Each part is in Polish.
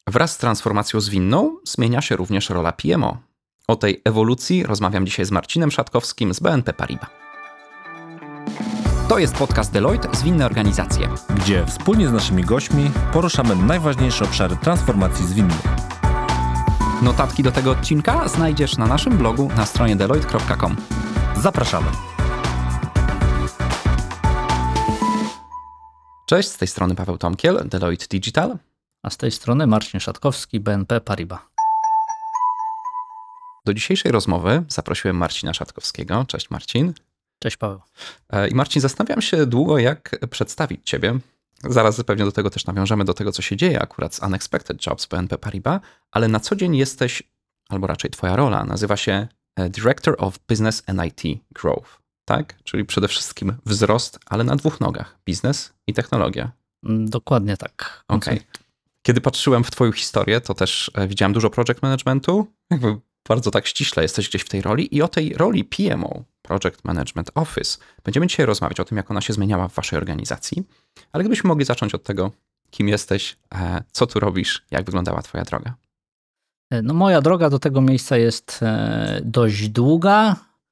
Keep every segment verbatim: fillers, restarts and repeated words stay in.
Wraz z transformacją zwinną zmienia się również rola P M O. O tej ewolucji rozmawiam dzisiaj z Marcinem Szatkowskim z B N P Paribas. To jest podcast Deloitte Zwinne Organizacje, gdzie wspólnie z naszymi gośćmi poruszamy najważniejsze obszary transformacji zwinnej. Notatki do tego odcinka znajdziesz na naszym blogu na stronie deloitte kropka com. Zapraszamy. Cześć, z tej strony Paweł Tomkiel, Deloitte Digital. A z tej strony Marcin Szatkowski, B N P Paribas. Do dzisiejszej rozmowy zaprosiłem Marcina Szatkowskiego. Cześć Marcin. Cześć Paweł. I Marcin, zastanawiam się długo, jak przedstawić Ciebie. Zaraz pewnie do tego też nawiążemy, do tego, co się dzieje akurat z Unexpected Jobs B N P Paribas, ale na co dzień jesteś, albo raczej Twoja rola, nazywa się Director of Business and I T Growth, tak? Czyli przede wszystkim wzrost, ale na dwóch nogach, biznes i technologia. Dokładnie tak. Okej. Okay. Kiedy patrzyłem w Twoją historię, to też widziałem dużo project managementu, jakby bardzo tak ściśle jesteś gdzieś w tej roli i o tej roli P M O, Project Management Office, będziemy dzisiaj rozmawiać o tym, jak ona się zmieniała w Waszej organizacji, ale gdybyśmy mogli zacząć od tego, kim jesteś, co tu robisz, jak wyglądała Twoja droga? No moja droga do tego miejsca jest dość długa.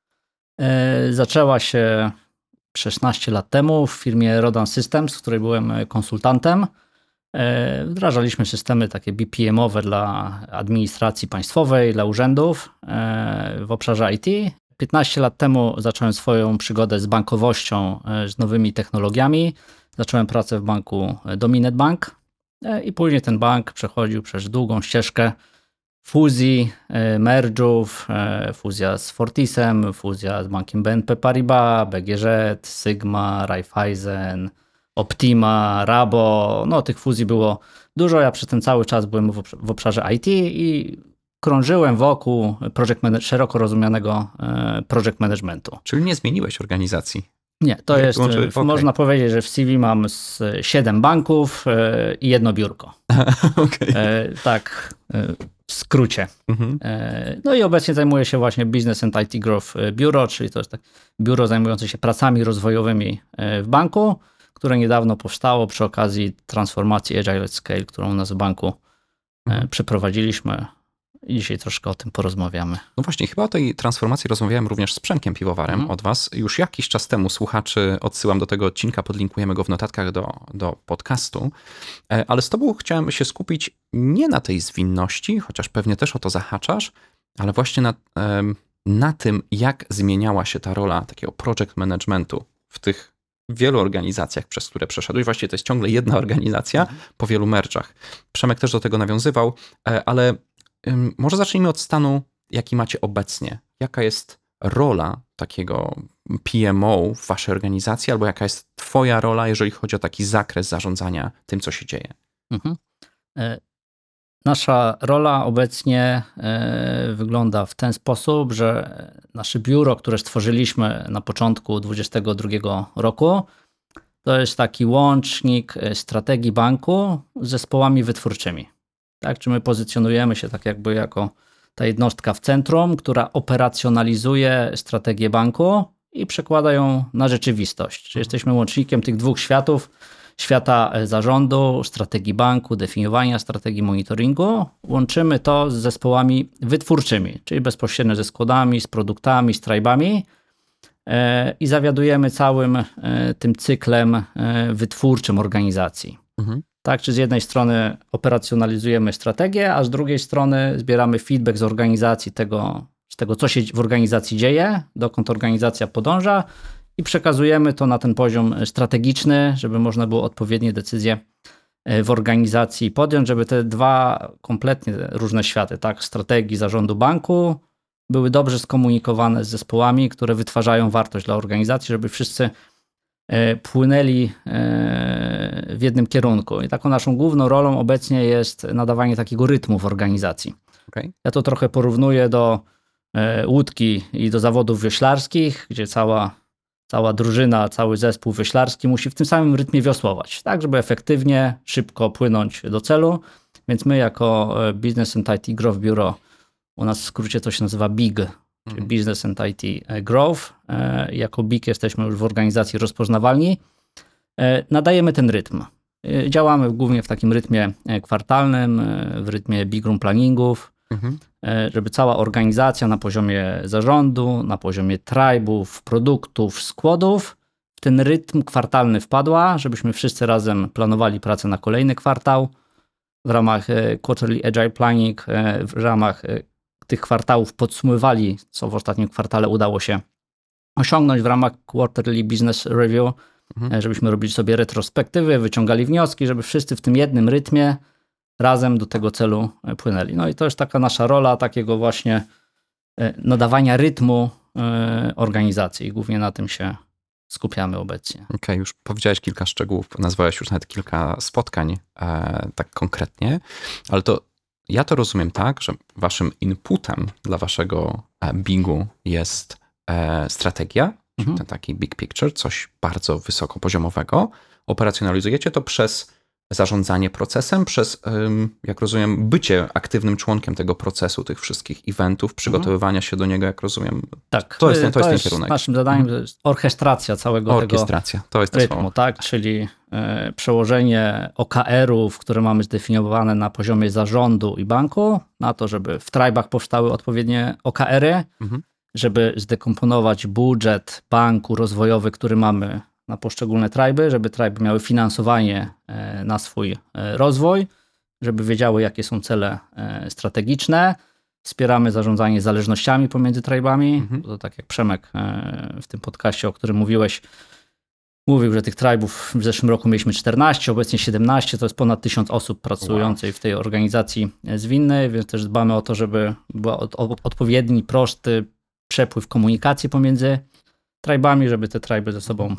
Zaczęła się szesnaście lat temu w firmie Rodan Systems, w której byłem konsultantem. Wdrażaliśmy systemy takie B P M-owe dla administracji państwowej, dla urzędów w obszarze I T. piętnaście lat temu zacząłem swoją przygodę z bankowością, z nowymi technologiami. Zacząłem pracę w banku Dominet Bank i później ten bank przechodził przez długą ścieżkę fuzji, merge'ów, fuzja z Fortisem, fuzja z bankiem B N P Paribas, B G Z, Sigma, Raiffeisen, Optima, Rabo. No tych fuzji było dużo. Ja przez ten cały czas byłem w obszarze I T i krążyłem wokół project man- szeroko rozumianego project managementu. Czyli nie zmieniłeś organizazacji? Nie, to jest, Łączy, okay. Można powiedzieć, że w C V mam z siedem banków i jedno biurko. Okay. E, tak, w skrócie. Mhm. E, no i obecnie zajmuję się właśnie Business and I T Growth Bureau, czyli to jest tak biuro zajmujące się pracami rozwojowymi w banku, które niedawno powstało przy okazji transformacji Agile at Scale, którą u nas w banku mhm. przeprowadziliśmy. I dzisiaj troszkę o tym porozmawiamy. No właśnie, chyba o tej transformacji rozmawiałem również z Przemkiem Piwowarem mhm. od Was. Już jakiś czas temu słuchaczy odsyłam do tego odcinka, podlinkujemy go w notatkach do, do podcastu. Ale z Tobą chciałem się skupić nie na tej zwinności, chociaż pewnie też o to zahaczasz, ale właśnie na, na tym, jak zmieniała się ta rola takiego project managementu w tych wielu organizacjach, przez które przeszedłeś. Właściwie to jest ciągle jedna organizacja mhm. po wielu merge'ach. Przemek też do tego nawiązywał, ale może zacznijmy od stanu, jaki macie obecnie. Jaka jest rola takiego P M O w waszej organizacji, albo jaka jest twoja rola, jeżeli chodzi o taki zakres zarządzania tym, co się dzieje? Mhm. Nasza rola obecnie wygląda w ten sposób, że nasze biuro, które stworzyliśmy na początku dwudziestego drugiego roku, to jest taki łącznik strategii banku z zespołami wytwórczymi. Tak, czy my pozycjonujemy się tak jakby jako ta jednostka w centrum, która operacjonalizuje strategię banku i przekłada ją na rzeczywistość. Czyli jesteśmy łącznikiem tych dwóch światów, świata zarządu, strategii banku, definiowania strategii monitoringu. Łączymy to z zespołami wytwórczymi, czyli bezpośrednio ze składami, z produktami, z tribami i zawiadujemy całym tym cyklem wytwórczym organizacji. Mhm. Tak, czy z jednej strony operacjonalizujemy strategię, a z drugiej strony zbieramy feedback z organizacji tego, z tego, co się w organizacji dzieje, dokąd organizacja podąża i przekazujemy to na ten poziom strategiczny, żeby można było odpowiednie decyzje w organizacji podjąć, żeby te dwa kompletnie różne światy, tak, strategii zarządu banku, były dobrze skomunikowane z zespołami, które wytwarzają wartość dla organizacji, żeby wszyscy płynęli w jednym kierunku. I taką naszą główną rolą obecnie jest nadawanie takiego rytmu w organizacji. Okay. Ja to trochę porównuję do łódki i do zawodów wioślarskich, gdzie cała, cała drużyna, cały zespół wioślarski musi w tym samym rytmie wiosłować, tak żeby efektywnie, szybko płynąć do celu. Więc my jako Business and I T Growth Bureau, u nas w skrócie to się nazywa B I G, czyli Business and I T Growth. Jako B I G jesteśmy już w organizacji rozpoznawalni. Nadajemy ten rytm. Działamy głównie w takim rytmie kwartalnym, w rytmie big room planningów, mhm. żeby cała organizacja na poziomie zarządu, na poziomie tribów, produktów, składów w ten rytm kwartalny wpadła, żebyśmy wszyscy razem planowali pracę na kolejny kwartał w ramach quarterly agile planning, w ramach tych kwartałów podsumowywali, co w ostatnim kwartale udało się osiągnąć w ramach quarterly business review, mhm. żebyśmy robili sobie retrospektywy, wyciągali wnioski, żeby wszyscy w tym jednym rytmie razem do tego celu płynęli. No i to jest taka nasza rola, takiego właśnie nadawania rytmu organizacji. Głównie na tym się skupiamy obecnie. Okej, okay, już powiedziałeś kilka szczegółów, nazwałeś już nawet kilka spotkań e, tak konkretnie, ale to ja to rozumiem tak, że waszym inputem dla waszego bingu jest e, strategia, mhm. ten taki big picture, coś bardzo wysokopoziomowego. Operacjonalizujecie to przez zarządzanie procesem, przez, jak rozumiem, bycie aktywnym członkiem tego procesu, tych wszystkich eventów, przygotowywania się do niego, jak rozumiem. Tak, to jest ten, to to jest jest ten kierunek. Naszym zadaniem mhm. to jest orchestracja całego Orkiestracja, tego to jest to rytmu, słowo. tak? Czyli y, przełożenie O K R-ów, które mamy zdefiniowane na poziomie zarządu i banku, na to, żeby w tribach powstały odpowiednie O K R-y, mhm. żeby zdekomponować budżet banku rozwojowy, który mamy na poszczególne tryby, żeby tryby miały finansowanie na swój rozwój, żeby wiedziały, jakie są cele strategiczne. Wspieramy zarządzanie zależnościami pomiędzy trybami. Mhm. To tak jak Przemek w tym podcaście, o którym mówiłeś, mówił, że tych trybów w zeszłym roku mieliśmy czternaście, obecnie siedemnaście, to jest ponad tysiąc osób pracujących wow. w tej organizacji zwinnej, więc też dbamy o to, żeby był odpowiedni, prosty przepływ komunikacji pomiędzy trybami, żeby te tryby ze sobą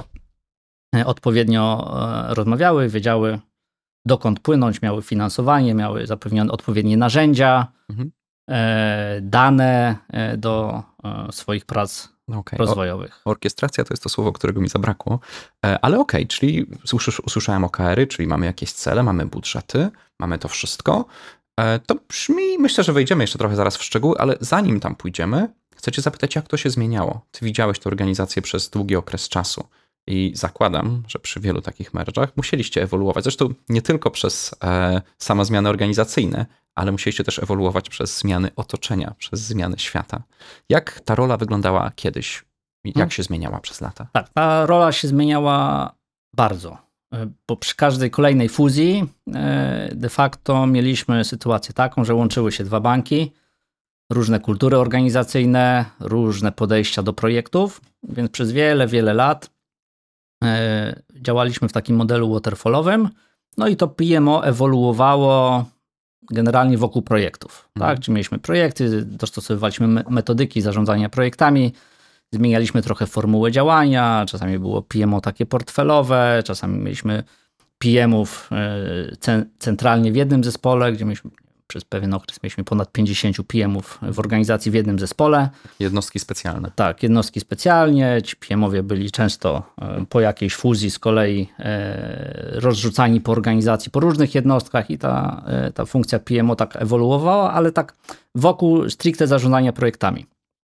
odpowiednio rozmawiały, wiedziały dokąd płynąć, miały finansowanie, miały zapewnione odpowiednie narzędzia, mhm. dane do swoich prac okay. rozwojowych. O, orkiestracja to jest to słowo, którego mi zabrakło, ale okej, okay, czyli usłyszałem O K R-y, czyli mamy jakieś cele, mamy budżety, mamy to wszystko. To brzmi, myślę, że wejdziemy jeszcze trochę zaraz w szczegóły, ale zanim tam pójdziemy, chcę cię zapytać, jak to się zmieniało? Ty widziałeś tę organizację przez długi okres czasu. I zakładam, że przy wielu takich merge'ach musieliście ewoluować. Zresztą nie tylko przez e, same zmiany organizacyjne, ale musieliście też ewoluować przez zmiany otoczenia, przez zmiany świata. Jak ta rola wyglądała kiedyś? Jak hmm. się zmieniała przez lata? Tak, ta rola się zmieniała bardzo, bo przy każdej kolejnej fuzji e, de facto mieliśmy sytuację taką, że łączyły się dwa banki, różne kultury organizacyjne, różne podejścia do projektów, więc przez wiele, wiele lat działaliśmy w takim modelu waterfallowym, no i to P M O ewoluowało generalnie wokół projektów. Mhm. Tak? Czyli mieliśmy projekty, dostosowywaliśmy metodyki zarządzania projektami, zmienialiśmy trochę formułę działania, czasami było P M O takie portfelowe, czasami mieliśmy P M-ów centralnie w jednym zespole, gdzie mieliśmy przez pewien okres mieliśmy ponad pięćdziesięciu P M-ów w organizacji w jednym zespole. Jednostki specjalne. Tak, jednostki specjalnie. Ci P M-owie byli często po jakiejś fuzji z kolei rozrzucani po organizacji, po różnych jednostkach i ta, ta funkcja P M O tak ewoluowała, ale tak wokół stricte zarządzania projektami.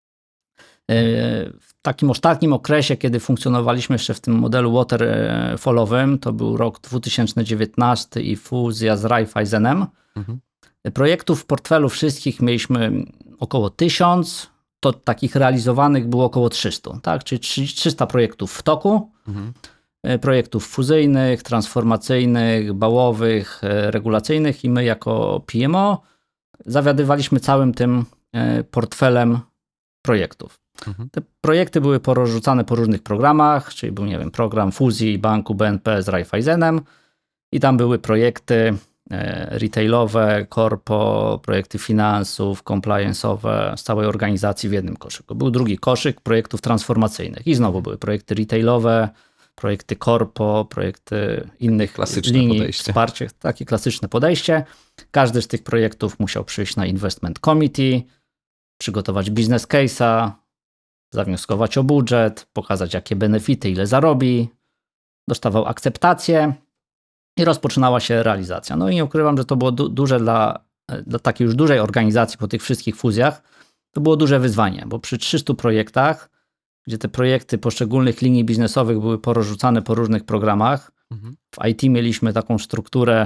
W takim ostatnim okresie, kiedy funkcjonowaliśmy jeszcze w tym modelu waterfallowym, to był rok dwa tysiące dziewiętnasty i fuzja z Raiffeisenem. Mhm. Projektów w portfelu wszystkich mieliśmy około tysiąc, to takich realizowanych było około trzysta, tak? Czyli trzysta projektów w toku, mhm. projektów fuzyjnych, transformacyjnych, bałowych, regulacyjnych i my jako P M O zawiadywaliśmy całym tym portfelem projektów. Mhm. Te projekty były porozrzucane po różnych programach, czyli był, nie wiem, program fuzji banku B N P z Raiffeisenem i tam były projekty retailowe, korpo, projekty finansów, compliance'owe z całej organizacji w jednym koszyku. Był drugi koszyk projektów transformacyjnych i znowu były projekty retailowe, projekty korpo, projekty innych klasyczne linii podejście. Wsparcia. Takie klasyczne podejście. Każdy z tych projektów musiał przyjść na investment committee, przygotować business case'a, zawnioskować o budżet, pokazać jakie benefity, ile zarobi, dostawał akceptację i rozpoczynała się realizacja. No i nie ukrywam, że to było du- duże dla, dla takiej już dużej organizacji po tych wszystkich fuzjach, to było duże wyzwanie, bo przy trzystu projektach, gdzie te projekty poszczególnych linii biznesowych były porozrzucane po różnych programach, Mhm. W I T mieliśmy taką strukturę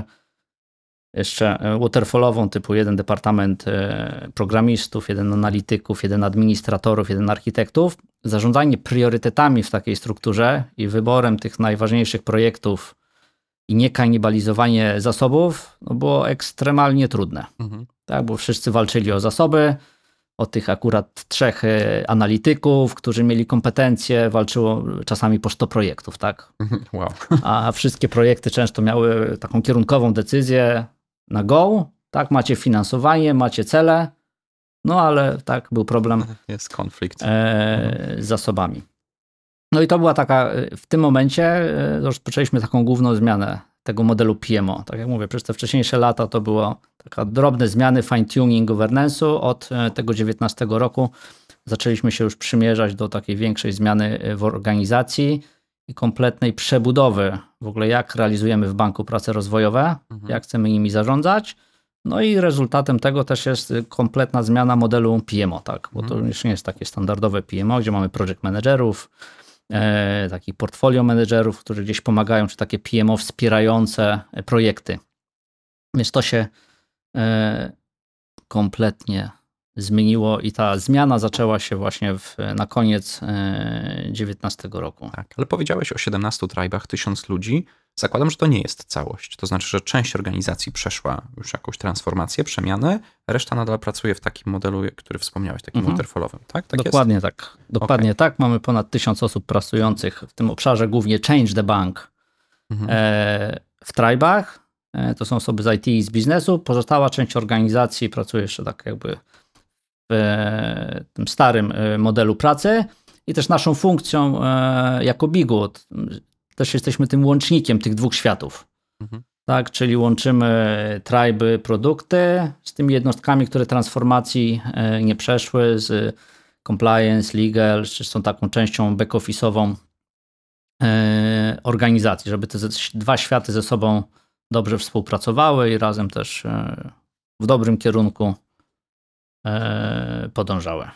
jeszcze waterfallową, typu jeden departament programistów, jeden analityków, jeden administratorów, jeden architektów. Zarządzanie priorytetami w takiej strukturze i wyborem tych najważniejszych projektów i nie kanibalizowanie zasobów no było ekstremalnie trudne. Mhm. Tak, bo wszyscy walczyli o zasoby, o tych akurat trzech analityków, którzy mieli kompetencje, walczyło czasami po sto projektów, tak? Wow. A wszystkie projekty często miały taką kierunkową decyzję na go, tak, macie finansowanie, macie cele, no ale tak, był problem Jest konflikt. e, z zasobami. No i to była taka, w tym momencie e, rozpoczęliśmy taką główną zmianę tego modelu P M O. Tak jak mówię, przez te wcześniejsze lata to było taka drobne zmiany, fine-tuning governance'u. Od tego dziewiętnastego roku zaczęliśmy się już przymierzać do takiej większej zmiany w organizacji i kompletnej przebudowy w ogóle jak realizujemy w banku prace rozwojowe, Mhm. jak chcemy nimi zarządzać. No i rezultatem tego też jest kompletna zmiana modelu P M O, tak? Bo to już nie jest takie standardowe P M O, gdzie mamy project managerów, e, takich portfolio managerów, którzy gdzieś pomagają, czy takie P M O wspierające projekty. Więc to się e, kompletnie zmieniło i ta zmiana zaczęła się właśnie w, na koniec dziewiętnastego roku. Tak, ale powiedziałeś o siedemnastu tribach, tysiąc ludzi. Zakładam, że to nie jest całość. To znaczy, że część organizacji przeszła już jakąś transformację, przemianę, reszta nadal pracuje w takim modelu, który wspomniałeś, takim Mhm. waterfallowym, tak? Tak Dokładnie jest? tak. Dokładnie tak. Mamy ponad tysiąc osób pracujących w tym obszarze, głównie Change the Bank Mhm. e, w tribach. E, to są osoby z I T i z biznesu. Pozostała część organizacji pracuje jeszcze tak jakby w e, tym starym e, modelu pracy i też naszą funkcją e, jako Bigood też jesteśmy tym łącznikiem tych dwóch światów. Mhm. Tak, czyli łączymy tryby, produkty z tymi jednostkami, które transformacji e, nie przeszły, z compliance, legal, czy są taką częścią back-office'ową e, organizacji, żeby te dwa światy ze sobą dobrze współpracowały i razem też e, w dobrym kierunku e, podążały.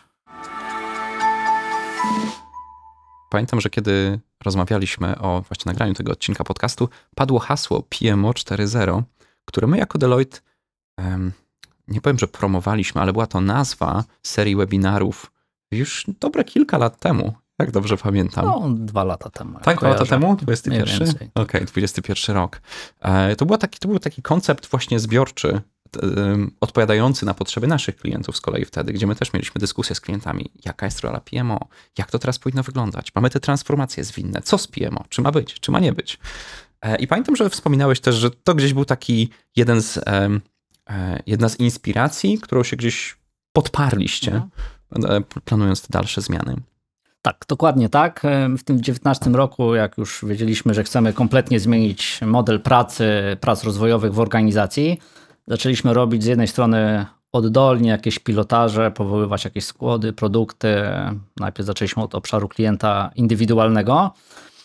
Pamiętam, że kiedy rozmawialiśmy o właśnie nagraniu tego odcinka podcastu, padło hasło P M O cztery zero, które my jako Deloitte, em, nie powiem, że promowaliśmy, ale była to nazwa serii webinarów już dobre kilka lat temu, jak dobrze pamiętam. No, dwa lata temu. Tak, dwa lata temu? dwudziesty pierwszy? Mniej Okej, więcej. okay, dwudziesty pierwszy rok. E, to, była taki, to był taki koncept właśnie zbiorczy, t, um, odpowiadający na potrzeby naszych klientów z kolei wtedy, gdzie my też mieliśmy dyskusję z klientami, jaka jest rola P M O, jak to teraz powinno wyglądać. Mamy te transformacje zwinne, co z P M O, czy ma być, czy ma nie być. E, I pamiętam, że wspominałeś też, że to gdzieś był taki jeden z, e, e, jedna z inspiracji, którą się gdzieś podparliście, Mhm. e, planując te dalsze zmiany. Tak, dokładnie tak. W tym dziewiętnastym roku, jak już wiedzieliśmy, że chcemy kompletnie zmienić model pracy, prac rozwojowych w organizacji, zaczęliśmy robić z jednej strony oddolnie jakieś pilotaże, powoływać jakieś składy, produkty. Najpierw zaczęliśmy od obszaru klienta indywidualnego.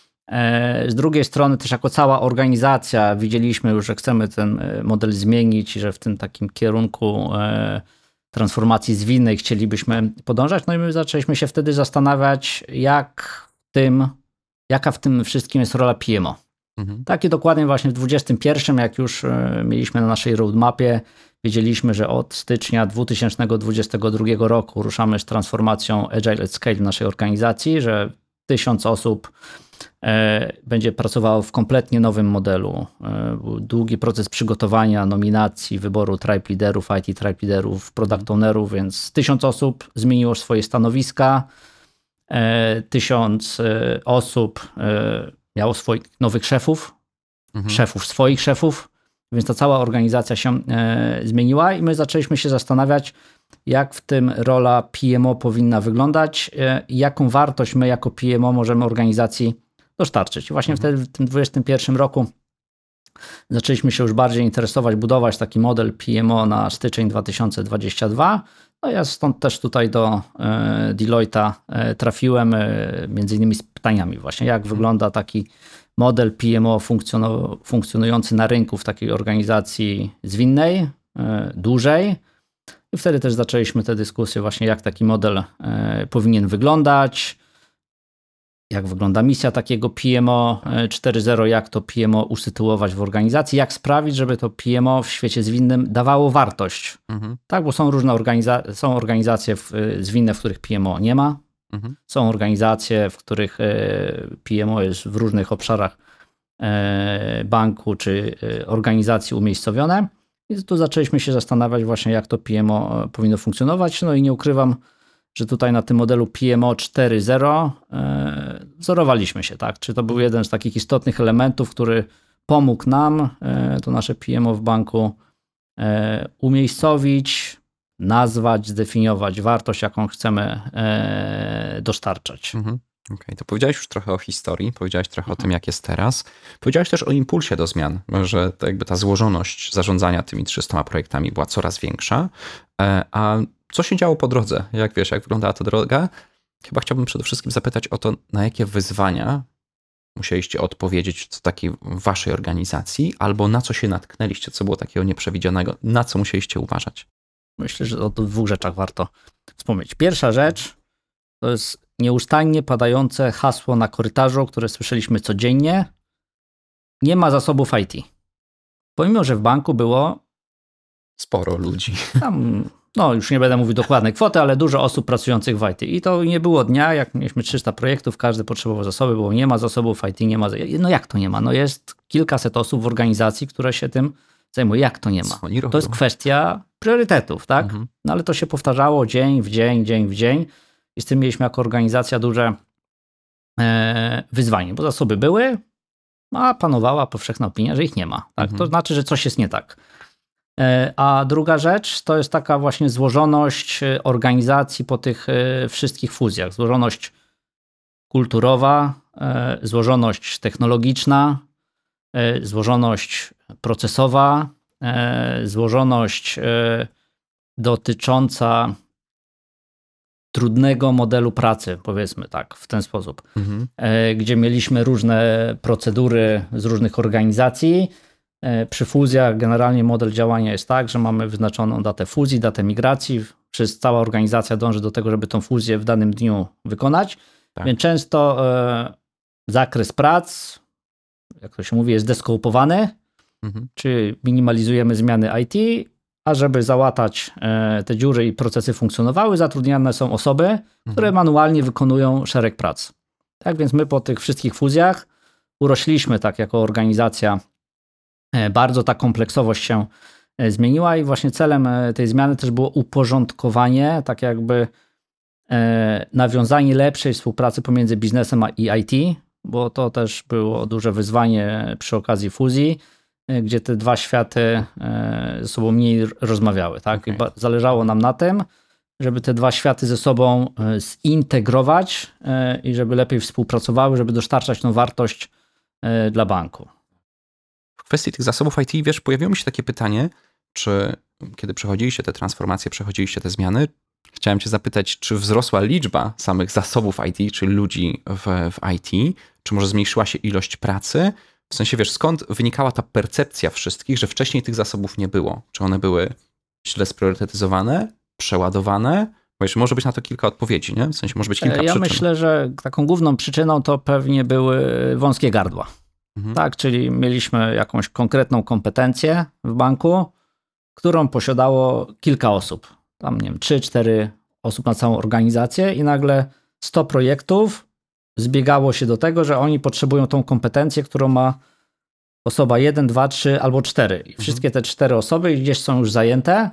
Z drugiej strony też jako cała organizacja widzieliśmy już, że chcemy ten model zmienić i że w tym takim kierunku transformacji zwinnej chcielibyśmy podążać. No i my zaczęliśmy się wtedy zastanawiać, jak w tym, jaka w tym wszystkim jest rola P M O. Mhm. Tak i dokładnie właśnie w dwudziestym pierwszym, jak już mieliśmy na naszej roadmapie, wiedzieliśmy, że od stycznia dwa tysiące dwudziestego drugiego roku ruszamy z transformacją Agile at Scale w naszej organizacji, że tysiąc osób e, będzie pracowało w kompletnie nowym modelu. E, był długi proces przygotowania, nominacji, wyboru tribe liderów, I T tribe liderów, product ownerów, więc tysiąc osób zmieniło swoje stanowiska, e, tysiąc e, osób e, miało swoich nowych szefów, Mhm. szefów swoich szefów, więc ta cała organizacja się e, zmieniła i my zaczęliśmy się zastanawiać, jak w tym rola P M O powinna wyglądać e, i jaką wartość my jako P M O możemy organizacji dostarczyć. I właśnie Mhm. wtedy w tym dwudziestym pierwszym roku zaczęliśmy się już bardziej interesować, budować taki model P M O na styczeń dwa tysiące dwudziesty drugi. No ja stąd też tutaj do e, Deloitte'a e, trafiłem, e, między innymi z pytaniami właśnie, jak wygląda taki model P M O funkcjono, funkcjonujący na rynku w takiej organizacji zwinnej, e, dużej. I wtedy też zaczęliśmy tę dyskusję właśnie, jak taki model e, powinien wyglądać. jak wygląda misja takiego P M O cztery zero, jak to P M O usytuować w organizacji, jak sprawić, żeby to P M O w świecie zwinnym dawało wartość. Mhm. Tak, bo są różne organiza- są organizacje w, zwinne, w których P M O nie ma. Mhm. Są organizacje, w których P M O jest w różnych obszarach banku czy organizacji umiejscowione. I tu zaczęliśmy się zastanawiać właśnie, jak to P M O powinno funkcjonować. No i nie ukrywam, że tutaj na tym modelu P M O cztery zero e, wzorowaliśmy się, tak? Czy to był jeden z takich istotnych elementów, który pomógł nam, e, to nasze P M O w banku, e, umiejscowić, nazwać, zdefiniować wartość, jaką chcemy e, dostarczać. Mhm. Okej, okay, to powiedziałeś już trochę o historii, powiedziałeś trochę mhm. o tym, jak jest teraz. Powiedziałeś też o impulsie do zmian, że to jakby ta złożoność zarządzania tymi trzystoma projektami była coraz większa. A co się działo po drodze? Jak wiesz, jak wyglądała ta droga? Chyba chciałbym przede wszystkim zapytać o to, na jakie wyzwania musieliście odpowiedzieć w takiej waszej organizacji, albo na co się natknęliście, co było takiego nieprzewidzianego, na co musieliście uważać? Myślę, że o dwóch rzeczach warto wspomnieć. Pierwsza rzecz to jest nieustannie padające hasło na korytarzu, które słyszeliśmy codziennie. Nie ma zasobów I T. Pomimo, że w banku było sporo ludzi. Tam, no już nie będę mówił dokładnej kwoty, ale dużo osób pracujących w I T. I to nie było dnia, jak mieliśmy trzysta projektów, każdy potrzebował zasoby, bo nie ma zasobów I T, nie ma. No jak to nie ma? No jest kilkaset osób w organizacji, które się tym zajmuje. Jak to nie ma? To jest kwestia priorytetów, tak? Mhm. No ale to się powtarzało dzień w dzień, dzień w dzień. I z tym mieliśmy jako organizacja duże e, wyzwanie, bo zasoby były, a panowała powszechna opinia, że ich nie ma. Tak? Mhm. To znaczy, że coś jest nie tak. E, a druga rzecz to jest taka właśnie złożoność organizacji po tych e, wszystkich fuzjach. Złożoność kulturowa, e, złożoność technologiczna, e, złożoność procesowa, e, złożoność e, dotycząca trudnego modelu pracy, powiedzmy tak, w ten sposób, mhm. gdzie mieliśmy różne procedury z różnych organizacji. Przy fuzjach generalnie model działania jest tak, że mamy wyznaczoną datę fuzji, datę migracji. Przez cała organizacja dąży do tego, żeby tą fuzję w danym dniu wykonać. Tak. Więc często e, zakres prac, jak to się mówi, jest deskołpowany, mhm. czy minimalizujemy zmiany I T, a żeby załatać e, te dziury i procesy funkcjonowały, zatrudniane są osoby, mhm. które manualnie wykonują szereg prac. Tak więc my po tych wszystkich fuzjach urośliśmy tak jako organizacja. E, bardzo ta kompleksowość się e, zmieniła i właśnie celem e, tej zmiany też było uporządkowanie, tak jakby e, nawiązanie lepszej współpracy pomiędzy biznesem a I T, bo to też było duże wyzwanie przy okazji fuzji, gdzie te dwa światy ze sobą mniej rozmawiały. Tak? Okay. I zależało nam na tym, żeby te dwa światy ze sobą zintegrować i żeby lepiej współpracowały, żeby dostarczać tą wartość dla banku. W kwestii tych zasobów I T, wiesz, pojawiło mi się takie pytanie, czy kiedy przechodziliście te transformacje, przechodziliście te zmiany, chciałem cię zapytać, czy wzrosła liczba samych zasobów I T, czy ludzi w, w I T, czy może zmniejszyła się ilość pracy? W sensie, wiesz, skąd wynikała ta percepcja wszystkich, że wcześniej tych zasobów nie było? Czy one były źle spriorytetyzowane, przeładowane? Bo jeszcze może być na to kilka odpowiedzi, nie? W sensie może być kilka ja przyczyn. Ja myślę, że taką główną przyczyną to pewnie były wąskie gardła. Mhm. Tak, czyli mieliśmy jakąś konkretną kompetencję w banku, którą posiadało kilka osób. Tam, nie wiem, trzy, cztery osób na całą organizację i nagle sto projektów zbiegało się do tego, że oni potrzebują tą kompetencję, którą ma osoba jeden, dwa, trzy albo cztery. I wszystkie te cztery osoby gdzieś są już zajęte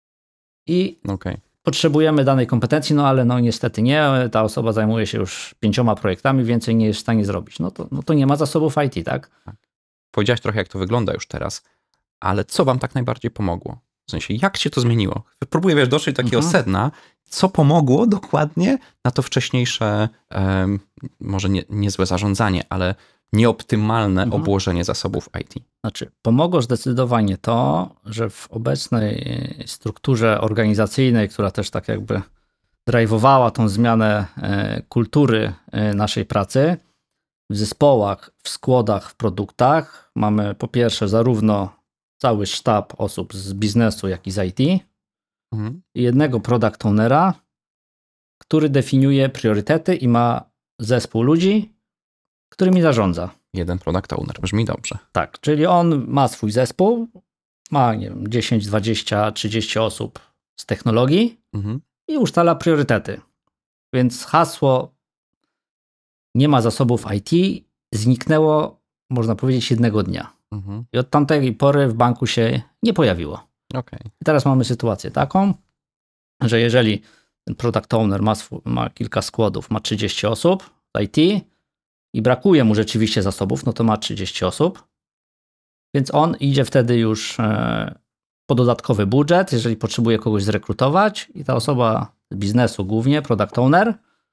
i okay. potrzebujemy danej kompetencji, no ale no niestety nie, ta osoba zajmuje się już pięcioma projektami, więcej nie jest w stanie zrobić. No to, no to nie ma zasobów I T, tak? Powiedziałeś trochę, jak to wygląda już teraz, ale co wam tak najbardziej pomogło? W sensie, jak się to zmieniło? Próbuję, wiesz, dotrzeć do takiego mhm. sedna, co pomogło dokładnie na to wcześniejsze, um, może nie, niezłe zarządzanie, ale nieoptymalne mhm. obłożenie zasobów I T. Znaczy, pomogło zdecydowanie to, że w obecnej strukturze organizacyjnej, która też tak jakby drive'owała tą zmianę e, kultury e, naszej pracy, w zespołach, w składach, w produktach mamy po pierwsze zarówno cały sztab osób z biznesu, jak i z I T mhm. i jednego product ownera, który definiuje priorytety i ma zespół ludzi, którymi zarządza. Jeden product owner, brzmi dobrze. Tak, czyli on ma swój zespół, ma nie wiem, dziesięć, dwadzieścia, trzydzieści osób z technologii Mhm. i ustala priorytety. Więc hasło nie ma zasobów I T zniknęło, można powiedzieć, jednego dnia. Mhm. I od tamtej pory w banku się nie pojawiło. Okej. I teraz mamy sytuację taką, że jeżeli ten product owner ma, swój, ma kilka składów, ma trzydzieści osób w I T i brakuje mu rzeczywiście zasobów, no to ma trzydzieści osób, więc on idzie wtedy już e, po dodatkowy budżet, jeżeli potrzebuje kogoś zrekrutować i ta osoba z biznesu głównie, product owner,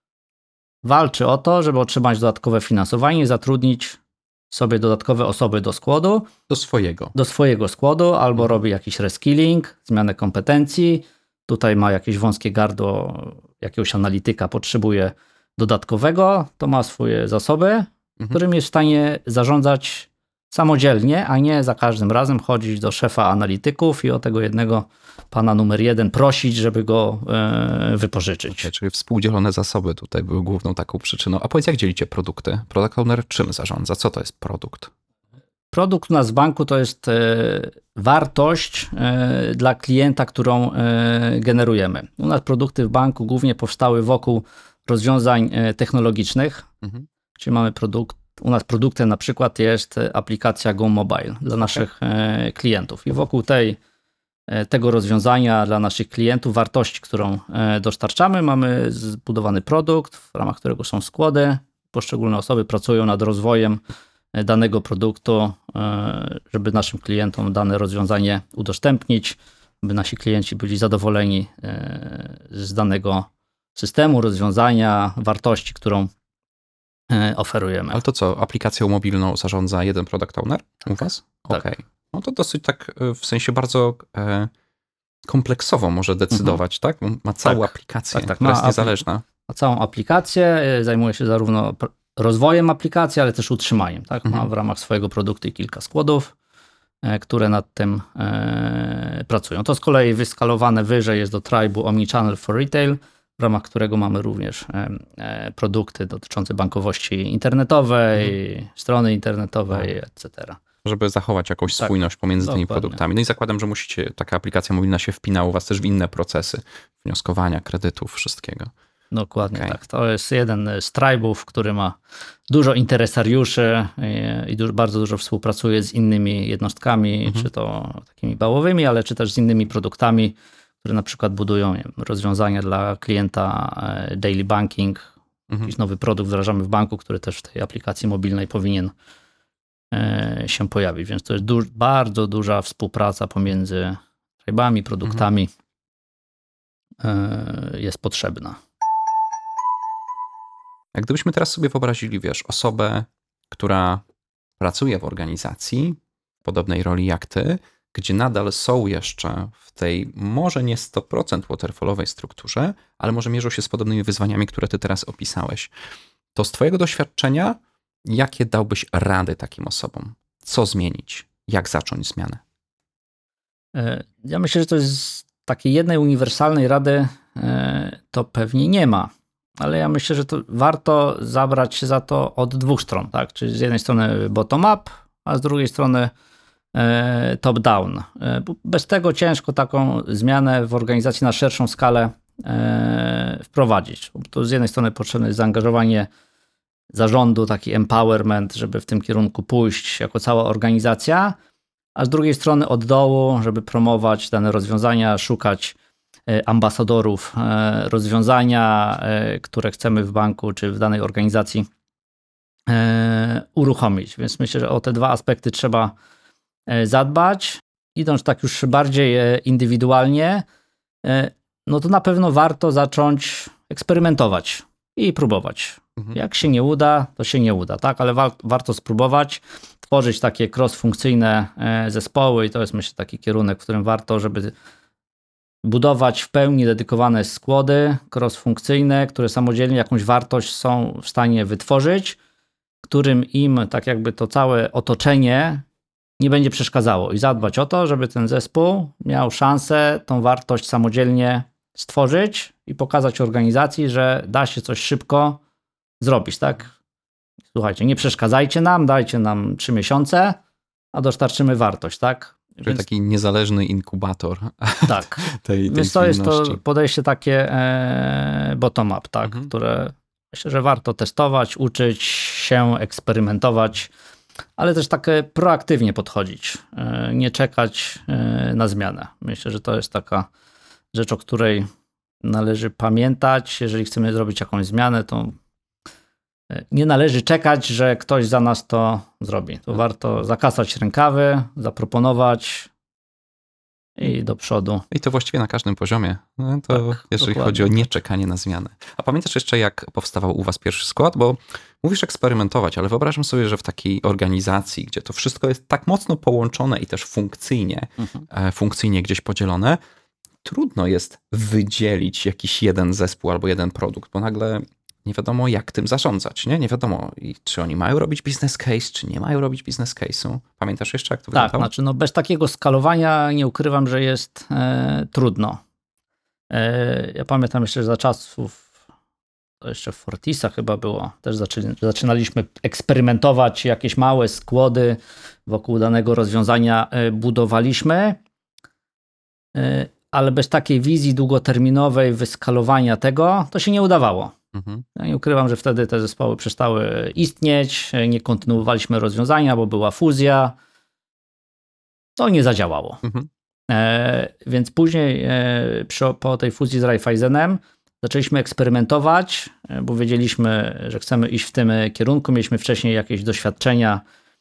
walczy o to, żeby otrzymać dodatkowe finansowanie i zatrudnić sobie dodatkowe osoby do składu, Do swojego. do swojego składu, albo robi jakiś reskilling, zmianę kompetencji. Tutaj ma jakieś wąskie gardło, jakiegoś analityka potrzebuje dodatkowego, to ma swoje zasoby, Mhm. którym jest w stanie zarządzać samodzielnie, a nie za każdym razem chodzić do szefa analityków i o tego jednego pana numer jeden prosić, żeby go e, wypożyczyć. Okay, czyli współdzielone zasoby tutaj były główną taką przyczyną. A powiedz, jak dzielicie produkty? Product owner czym zarządza? Co to jest produkt? Produkt u nas w banku to jest e, wartość e, dla klienta, którą e, generujemy. U nas produkty w banku głównie powstały wokół rozwiązań e, technologicznych, Mhm. czyli mamy produkt, u nas produktem na przykład jest aplikacja Go Mobile dla naszych e, klientów i wokół tej, e, tego rozwiązania dla naszych klientów, wartości, którą e, dostarczamy, mamy zbudowany produkt, w ramach którego są składy. Poszczególne osoby pracują nad rozwojem danego produktu, żeby naszym klientom dane rozwiązanie udostępnić, by nasi klienci byli zadowoleni z danego systemu, rozwiązania, wartości, którą oferujemy. Ale to co, aplikacją mobilną zarządza jeden product owner u was? Tak. Okej. Okay. No to dosyć tak w sensie bardzo e, kompleksowo może decydować, mhm. tak? Ma całą tak. aplikację, tak, tak. która Ma jest niezależna. Ma całą aplikację, zajmuje się zarówno rozwojem aplikacji, ale też utrzymaniem. Tak? Mhm. Ma w ramach swojego produktu kilka składów, które nad tym e, pracują. To z kolei wyskalowane wyżej jest do Tribu Omnichannel for Retail, w ramach którego mamy również e, e, produkty dotyczące bankowości internetowej, mhm. strony internetowej, et cetera. Żeby zachować jakąś tak, spójność pomiędzy tymi dokładnie. produktami. No i zakładam, że musicie, taka aplikacja mobilna się wpina u was też w inne procesy wnioskowania, kredytów, wszystkiego. Dokładnie Okay. tak. To jest jeden z tribów, który ma dużo interesariuszy i, i dużo, bardzo dużo współpracuje z innymi jednostkami, mhm. czy to takimi bałowymi, ale czy też z innymi produktami, które na przykład budują nie wiem, rozwiązania dla klienta daily banking. Mhm. Jakiś nowy produkt wdrażamy w banku, który też w tej aplikacji mobilnej powinien e, się pojawić. Więc to jest du- bardzo duża współpraca pomiędzy tribami, produktami mhm. e, jest potrzebna. Jak gdybyśmy teraz sobie wyobrazili, wiesz, osobę, która pracuje w organizacji w podobnej roli jak ty, gdzie nadal są jeszcze w tej może nie sto procent waterfallowej strukturze, ale może mierzą się z podobnymi wyzwaniami, które ty teraz opisałeś. To z twojego doświadczenia, jakie dałbyś rady takim osobom? Co zmienić? Jak zacząć zmianę? Ja myślę, że to jest takiej jednej uniwersalnej rady to pewnie nie ma. Ale ja myślę, że to warto zabrać się za to od dwóch stron, tak? Czyli z jednej strony bottom-up, a z drugiej strony e, top-down. E, bez tego ciężko taką zmianę w organizacji na szerszą skalę e, wprowadzić. To z jednej strony potrzebne jest zaangażowanie zarządu, taki empowerment, żeby w tym kierunku pójść jako cała organizacja, a z drugiej strony od dołu, żeby promować dane rozwiązania, szukać ambasadorów rozwiązania, które chcemy w banku czy w danej organizacji uruchomić. Więc myślę, że o te dwa aspekty trzeba zadbać. Idąc tak już bardziej indywidualnie, no to na pewno warto zacząć eksperymentować i próbować. Mhm. Jak się nie uda, to się nie uda, tak? Ale wa- warto spróbować tworzyć takie cross-funkcyjne zespoły i to jest myślę taki kierunek, w którym warto, żeby budować w pełni dedykowane składy cross-funkcyjne, które samodzielnie jakąś wartość są w stanie wytworzyć, którym im tak jakby to całe otoczenie nie będzie przeszkadzało i zadbać o to, żeby ten zespół miał szansę tą wartość samodzielnie stworzyć i pokazać organizacji, że da się coś szybko zrobić, tak? Słuchajcie, nie przeszkadzajcie nam, dajcie nam trzy miesiące, a dostarczymy wartość, tak? Czyli Więc, taki niezależny inkubator tak. tej, tej Więc to jest to zwinności. podejście takie e, bottom-up, tak? Mhm. Które myślę, że warto testować, uczyć się, eksperymentować, ale też tak proaktywnie podchodzić, e, nie czekać e, na zmianę. Myślę, że to jest taka rzecz, o której należy pamiętać. Jeżeli chcemy zrobić jakąś zmianę, to nie należy czekać, że ktoś za nas to zrobi. To warto zakasać rękawy, zaproponować i do przodu. I to właściwie na każdym poziomie. No to Tak, jeżeli dokładnie. chodzi o nieczekanie na zmianę. A pamiętasz jeszcze, jak powstawał u was pierwszy skład? Bo mówisz eksperymentować, ale wyobrażam sobie, że w takiej organizacji, gdzie to wszystko jest tak mocno połączone i też funkcyjnie, Mhm. e, funkcyjnie gdzieś podzielone, trudno jest wydzielić jakiś jeden zespół albo jeden produkt, bo nagle nie wiadomo, jak tym zarządzać, nie? Nie wiadomo, i czy oni mają robić business case, czy nie mają robić business case'u. Pamiętasz jeszcze, jak to Tak, wyglądało? znaczy no bez takiego skalowania nie ukrywam, że jest e, trudno. E, ja pamiętam jeszcze za czasów, to jeszcze w Fortisa chyba było, też zaczęli, zaczynaliśmy eksperymentować, jakieś małe składy wokół danego rozwiązania e, budowaliśmy, e, ale bez takiej wizji długoterminowej wyskalowania tego, to się nie udawało. Mhm. Ja nie ukrywam, że wtedy te zespoły przestały istnieć, nie kontynuowaliśmy rozwiązania, bo była fuzja. To nie zadziałało. Mhm. E, więc później e, przy, po tej fuzji z Raiffeisenem zaczęliśmy eksperymentować, e, bo wiedzieliśmy, że chcemy iść w tym kierunku. Mieliśmy wcześniej jakieś doświadczenia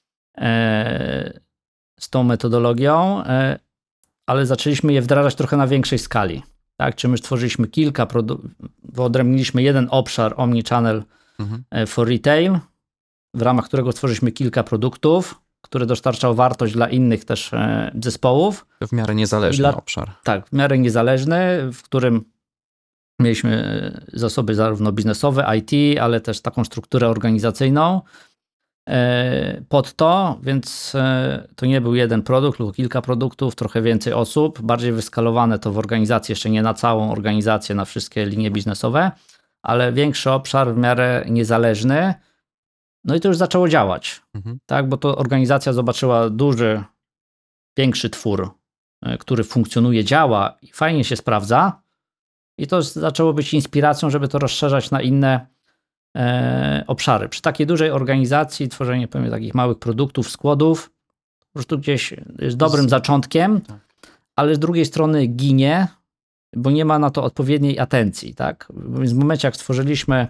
e, z tą metodologią, e, ale zaczęliśmy je wdrażać trochę na większej skali. Tak, czy my stworzyliśmy kilka produktów, wyodrębniliśmy jeden obszar Omnichannel Mhm. for Retail, w ramach którego stworzyliśmy kilka produktów, które dostarczał wartość dla innych też e, zespołów. To w miarę niezależny Dla- obszar. Tak, w miarę niezależny, w którym mieliśmy e, zasoby zarówno biznesowe, I T, ale też taką strukturę organizacyjną e, pod to, więc e, to nie był jeden produkt, tylko kilka produktów, trochę więcej osób, bardziej wyskalowane to w organizacji, jeszcze nie na całą organizację, na wszystkie linie biznesowe, ale większy obszar w miarę niezależny. No i to już zaczęło działać, Mhm. tak, bo to organizacja zobaczyła duży, większy twór, e, który funkcjonuje, działa i fajnie się sprawdza. I to zaczęło być inspiracją, żeby to rozszerzać na inne e, obszary. Przy takiej dużej organizacji tworzenie pewnie takich małych produktów, składów po prostu gdzieś jest dobrym Z- zaczątkiem, tak. ale z drugiej strony ginie, bo nie ma na to odpowiedniej atencji. Tak? Więc w momencie, jak stworzyliśmy,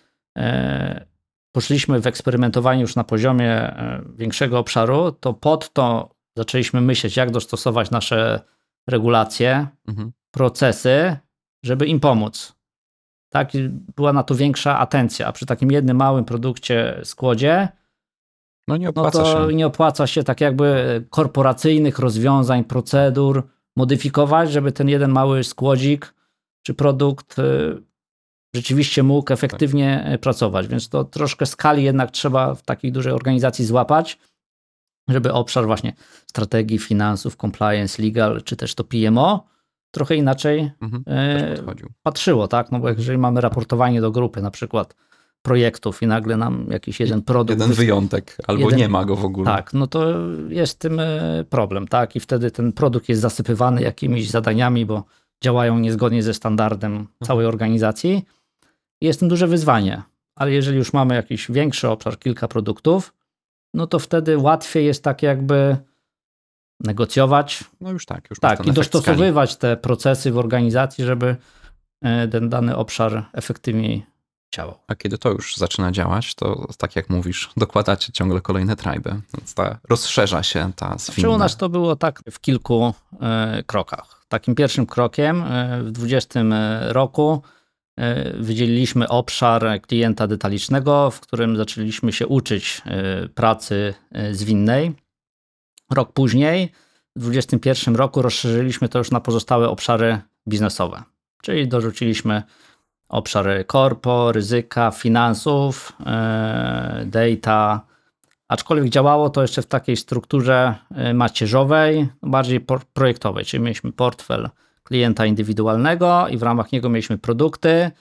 e, poszliśmy w eksperymentowanie już na poziomie e, większego obszaru, to pod to zaczęliśmy myśleć, jak dostosować nasze regulacje, Mhm. procesy, żeby im pomóc. Tak, i była na to większa atencja, a przy takim jednym małym produkcie, składzie, No nie no opłaca to się. nie opłaca się tak jakby korporacyjnych rozwiązań, procedur modyfikować, żeby ten jeden mały skłodzik czy produkt y, rzeczywiście mógł efektywnie y, pracować. Więc to troszkę skali jednak trzeba w takiej dużej organizacji złapać, żeby obszar właśnie strategii, finansów, compliance, legal, czy też to P M O trochę inaczej Mhm. e, Też podchodził. patrzyło, tak? No bo jeżeli mamy raportowanie do grupy na przykład projektów i nagle nam jakiś jeden produkt... Jeden wys- wyjątek, albo jeden- nie ma go w ogóle. Tak, no to jest z tym e, problem, tak? I wtedy ten produkt jest zasypywany jakimiś zadaniami, bo działają niezgodnie ze standardem całej organizacji. I jest tym duże wyzwanie. Ale jeżeli już mamy jakiś większy obszar, kilka produktów, no to wtedy łatwiej jest tak jakby negocjować, No już tak, już masz tak, ten i efekt skali. dostosowywać te procesy w organizacji, żeby e, ten dany obszar efektywniej działał. A kiedy to już zaczyna działać, to tak jak mówisz, dokładacie ciągle kolejne tryby. Więc ta, rozszerza się ta Czy zwinna. u nas to było tak w kilku e, krokach. Takim pierwszym krokiem e, w dwudziestym roku e, wydzieliliśmy obszar klienta detalicznego, w którym zaczęliśmy się uczyć e, pracy e, zwinnej. Rok później, w dwudziestym pierwszym roku rozszerzyliśmy to już na pozostałe obszary biznesowe. Czyli dorzuciliśmy obszary korpo, ryzyka, finansów, e, data. Aczkolwiek działało to jeszcze w takiej strukturze e, macierzowej, bardziej por- projektowej. Czyli mieliśmy portfel klienta indywidualnego i w ramach niego mieliśmy produkty,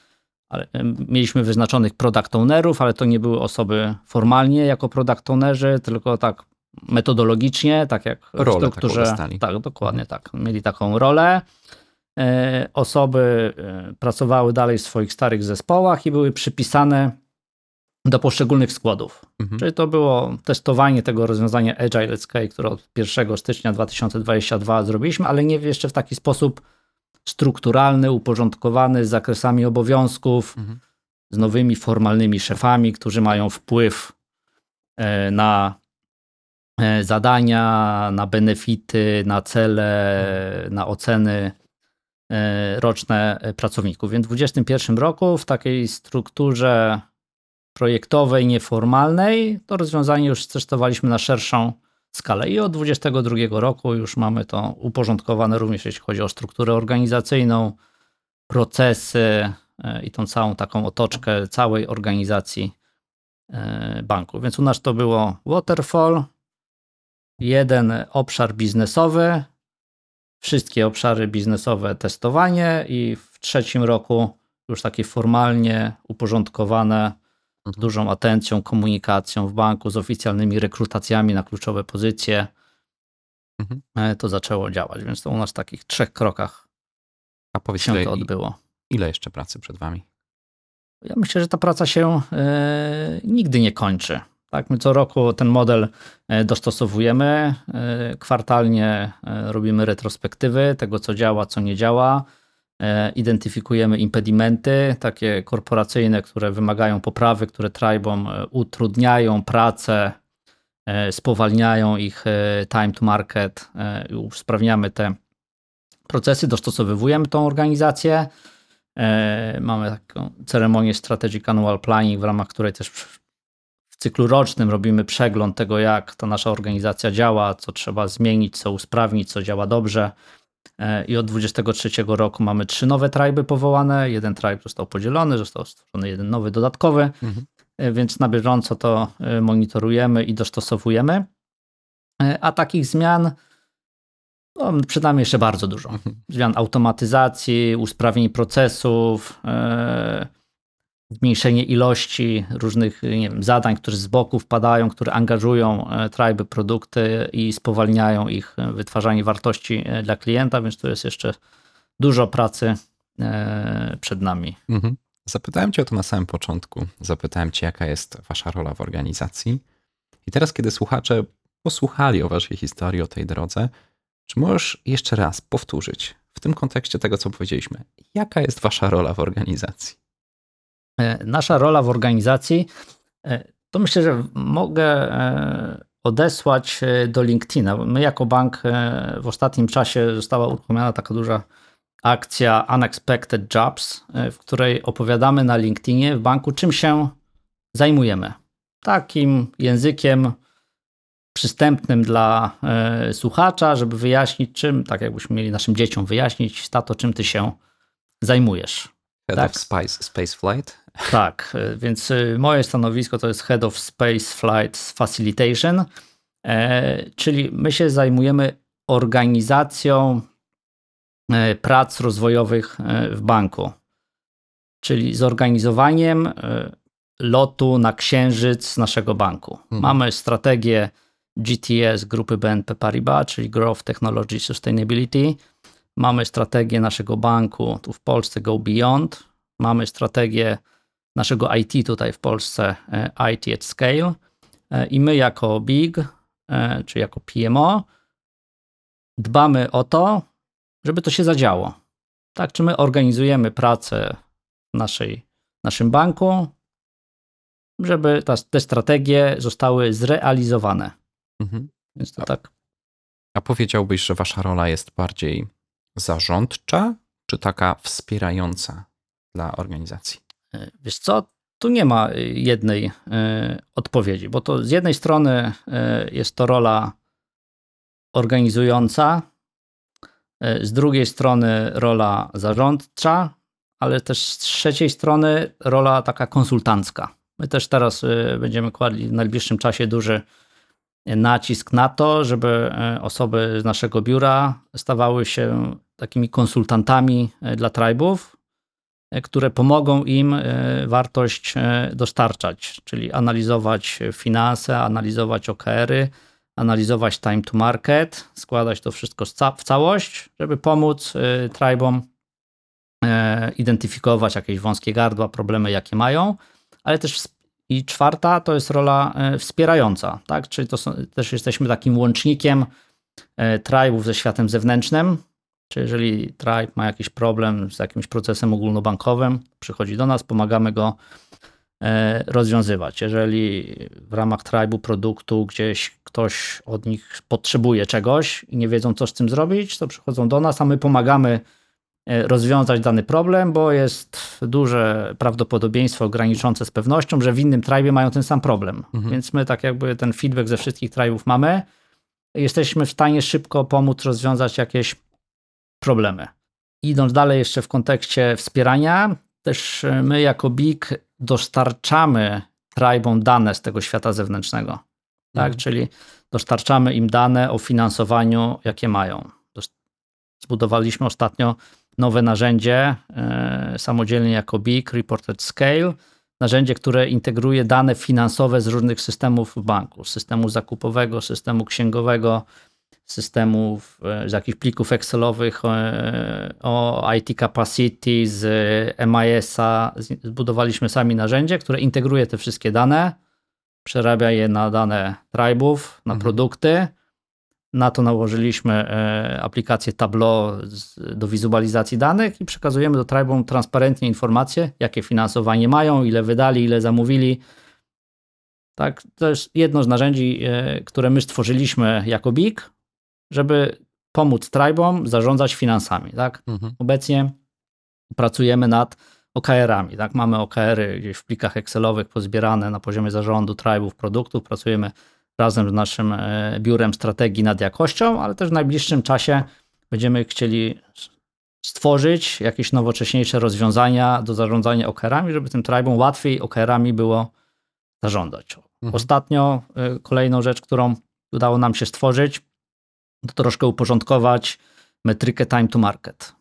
ale mieliśmy wyznaczonych product ownerów, ale to nie były osoby formalnie jako product ownerzy, tylko tak metodologicznie, tak jak w Rolę strukturze. taką dostali. Tak, dokładnie tak. Mieli taką rolę. Osoby pracowały dalej w swoich starych zespołach i były przypisane do poszczególnych składów. Mhm. Czyli to było testowanie tego rozwiązania Agile at Scale, które od pierwszego stycznia dwa tysiące dwudziestego drugiego zrobiliśmy, ale nie jeszcze w taki sposób strukturalny, uporządkowany, z zakresami obowiązków, mhm. z nowymi formalnymi szefami, którzy mają wpływ na zadania, na benefity, na cele, mhm. na oceny roczne pracowników. Więc w dwudziestym pierwszym roku w takiej strukturze projektowej, nieformalnej, to rozwiązanie już testowaliśmy na szerszą skalę i od dwudziestego drugiego roku już mamy to uporządkowane również jeśli chodzi o strukturę organizacyjną, procesy i tą całą taką otoczkę całej organizacji banku. Więc u nas to było waterfall, jeden obszar biznesowy, wszystkie obszary biznesowe testowanie i w trzecim roku już takie formalnie uporządkowane z dużą atencją, komunikacją w banku, z oficjalnymi rekrutacjami na kluczowe pozycje. Mhm. To zaczęło działać, więc to u nas w takich trzech krokach A powiedz, się ile, to odbyło. Ile jeszcze pracy przed wami? Ja myślę, że ta praca się y, nigdy nie kończy. Tak, my co roku ten model dostosowujemy, kwartalnie robimy retrospektywy tego, co działa, co nie działa. Identyfikujemy impedimenty, takie korporacyjne, które wymagają poprawy, które tribom utrudniają pracę, spowalniają ich time to market, usprawniamy te procesy, dostosowujemy tą organizację. Mamy taką ceremonię Strategic Annual Planning, w ramach której też w cyklu rocznym robimy przegląd tego, jak ta nasza organizacja działa, co trzeba zmienić, co usprawnić, co działa dobrze. I od dwudziestego trzeciego roku mamy trzy nowe triby powołane. Jeden tribe został podzielony, został stworzony jeden nowy, dodatkowy, mhm. więc na bieżąco to monitorujemy i dostosowujemy. A takich zmian no, przed nami jeszcze bardzo dużo. Mhm. Zmian automatyzacji, usprawnień procesów, yy, zmniejszenie ilości różnych nie wiem, zadań, które z boku wpadają, które angażują triby, produkty i spowalniają ich wytwarzanie wartości dla klienta, więc tu jest jeszcze dużo pracy przed nami. Mhm. Zapytałem cię o to na samym początku. Zapytałem cię, jaka jest wasza rola w organizacji. I teraz, kiedy słuchacze posłuchali o waszej historii, o tej drodze, czy możesz jeszcze raz powtórzyć w tym kontekście tego, co powiedzieliśmy, jaka jest wasza rola w organizacji? Nasza rola w organizacji, to myślę, że mogę odesłać do LinkedIna. My jako bank w ostatnim czasie została uruchomiona taka duża akcja Unexpected Jobs, w której opowiadamy na LinkedInie w banku, czym się zajmujemy. Takim językiem przystępnym dla słuchacza, żeby wyjaśnić czym, tak jakbyśmy mieli naszym dzieciom wyjaśnić, tato, czym ty się zajmujesz. Head tak? of Space, Space Flight. Tak, więc moje stanowisko to jest Head of Space Flight Facilitation, czyli my się zajmujemy organizacją prac rozwojowych w banku, czyli zorganizowaniem lotu na Księżyc naszego banku. Mhm. Mamy strategię G T S grupy B N P Paribas, czyli Growth Technology Sustainability. Mamy strategię naszego banku tu w Polsce Go Beyond. Mamy strategię naszego I T tutaj w Polsce I T at Scale. I my jako B I G, czy jako P M O, dbamy o to, żeby to się zadziało. Tak, czy my organizujemy pracę w naszej, naszym banku, żeby ta, te strategie zostały zrealizowane. Mhm. Więc to a, tak. A powiedziałbyś, że wasza rola jest bardziej zarządcza, czy taka wspierająca dla organizacji? Wiesz co, tu nie ma jednej y, odpowiedzi, bo to z jednej strony y, jest to rola organizująca, y, z drugiej strony rola zarządcza, ale też z trzeciej strony rola taka konsultancka. My też teraz y, będziemy kładli w najbliższym czasie duży nacisk na to, żeby osoby z naszego biura stawały się takimi konsultantami dla tribów, które pomogą im wartość dostarczać, czyli analizować finanse, analizować O K R-y, analizować time to market, składać to wszystko w całość, żeby pomóc tribom identyfikować jakieś wąskie gardła, problemy jakie mają, ale też i czwarta to jest rola wspierająca, tak? Czyli to są, też jesteśmy takim łącznikiem tribów ze światem zewnętrznym, czyli jeżeli tribe ma jakiś problem z jakimś procesem ogólnobankowym, przychodzi do nas, pomagamy go rozwiązywać. Jeżeli w ramach tribu produktu gdzieś ktoś od nich potrzebuje czegoś i nie wiedzą, co z tym zrobić, to przychodzą do nas, a my pomagamy rozwiązać dany problem, bo jest duże prawdopodobieństwo graniczące z pewnością, że w innym tribie mają ten sam problem. Mhm. Więc my tak jakby ten feedback ze wszystkich tribów mamy. Jesteśmy w stanie szybko pomóc rozwiązać jakieś problemy. Idąc dalej jeszcze w kontekście wspierania, też my jako B I K dostarczamy tribom dane z tego świata zewnętrznego. Tak? Mhm. Czyli dostarczamy im dane o finansowaniu, jakie mają. Zbudowaliśmy ostatnio nowe narzędzie e, samodzielnie jako B I K, Report at Scale. Narzędzie, które integruje dane finansowe z różnych systemów w banku. Systemu zakupowego, systemu księgowego, systemów, e, z jakichś plików Excelowych, e, o I T Capacity, z M I S-a. Zbudowaliśmy sami narzędzie, które integruje te wszystkie dane, przerabia je na dane tribów, na mhm. produkty. Na to nałożyliśmy aplikację Tableau do wizualizacji danych i przekazujemy do tribom transparentnie informacje, jakie finansowanie mają, ile wydali, ile zamówili. Tak, to jest jedno z narzędzi, które my stworzyliśmy jako B I K, żeby pomóc tribom zarządzać finansami. Tak? Mhm. Obecnie pracujemy nad O K R-ami. Tak? Mamy O K R-y gdzieś w plikach Excelowych pozbierane na poziomie zarządu tribów, produktów. Pracujemy razem z naszym biurem strategii nad jakością, ale też w najbliższym czasie będziemy chcieli stworzyć jakieś nowocześniejsze rozwiązania do zarządzania O K R-ami, żeby tym tribom łatwiej O K R-ami było zarządzać. Mhm. Ostatnio kolejną rzecz, którą udało nam się stworzyć, to troszkę uporządkować metrykę time to market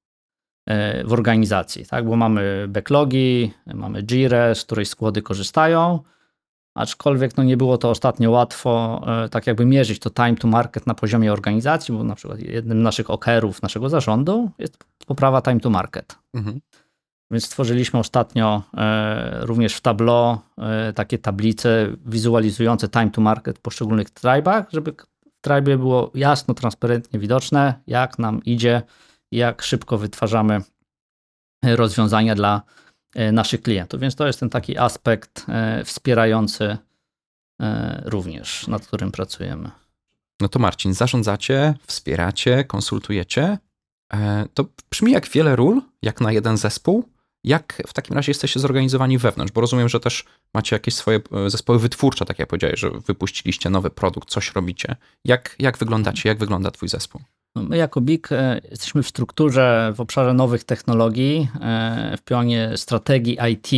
w organizacji, tak? Bo mamy backlogi, mamy Jirę, z której składy korzystają, aczkolwiek no nie było to ostatnio łatwo tak jakby mierzyć to time to market na poziomie organizacji, bo na przykład jednym z naszych O K R-ów naszego zarządu jest poprawa time to market. Mhm. Więc stworzyliśmy ostatnio e, również w Tableau e, takie tablice wizualizujące time to market w poszczególnych tribach, żeby w tribie było jasno, transparentnie widoczne, jak nam idzie, jak szybko wytwarzamy rozwiązania dla naszych klientów. Więc to jest ten taki aspekt e, wspierający e, również, nad którym pracujemy. No to Marcin, zarządzacie, wspieracie, konsultujecie. E, to brzmi jak wiele ról, jak na jeden zespół. Jak w takim razie jesteście zorganizowani wewnątrz? Bo rozumiem, że też macie jakieś swoje zespoły wytwórcze, tak jak powiedziałeś, że wypuściliście nowy produkt, coś robicie. Jak, jak wyglądacie? Jak wygląda twój zespół? My jako B I K jesteśmy w strukturze w obszarze nowych technologii, w pionie strategii I T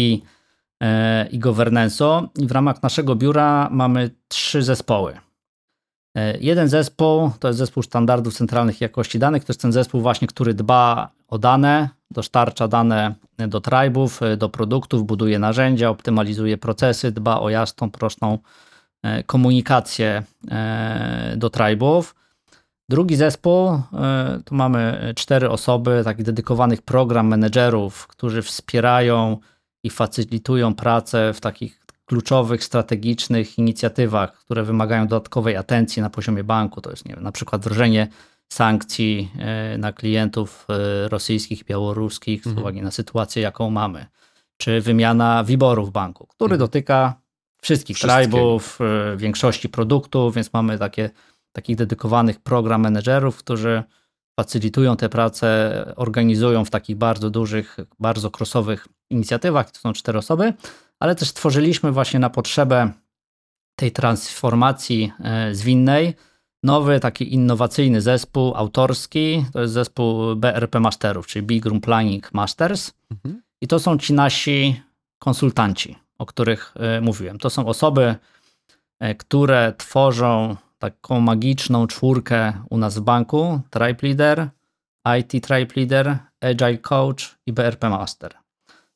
i governance'u i w ramach naszego biura mamy trzy zespoły. Jeden zespół to jest zespół standardów centralnych jakości danych, to jest ten zespół właśnie, który dba o dane, dostarcza dane do tribów, do produktów, buduje narzędzia, optymalizuje procesy, dba o jasną, prostą komunikację do tribów. Drugi zespół, tu mamy cztery osoby, takich dedykowanych program menedżerów, którzy wspierają i facylitują pracę w takich kluczowych, strategicznych inicjatywach, które wymagają dodatkowej atencji na poziomie banku. To jest, nie wiem, na przykład wdrożenie sankcji na klientów rosyjskich, białoruskich mhm. z uwagi na sytuację, jaką mamy. Czy wymiana wiboru w banku, który mhm. dotyka wszystkich tribów, większości produktów, więc mamy takie takich dedykowanych program menedżerów, którzy facylitują tę pracę, organizują w takich bardzo dużych, bardzo crossowych inicjatywach. To są cztery osoby, ale też stworzyliśmy właśnie na potrzebę tej transformacji zwinnej nowy, taki innowacyjny zespół autorski. To jest zespół B R P Masterów, czyli Big Room Planning Masters. Mhm. I to są ci nasi konsultanci, o których mówiłem. To są osoby, które tworzą taką magiczną czwórkę u nas w banku, Tribe Leader, I T Tribe Leader, Agile Coach i B R P Master.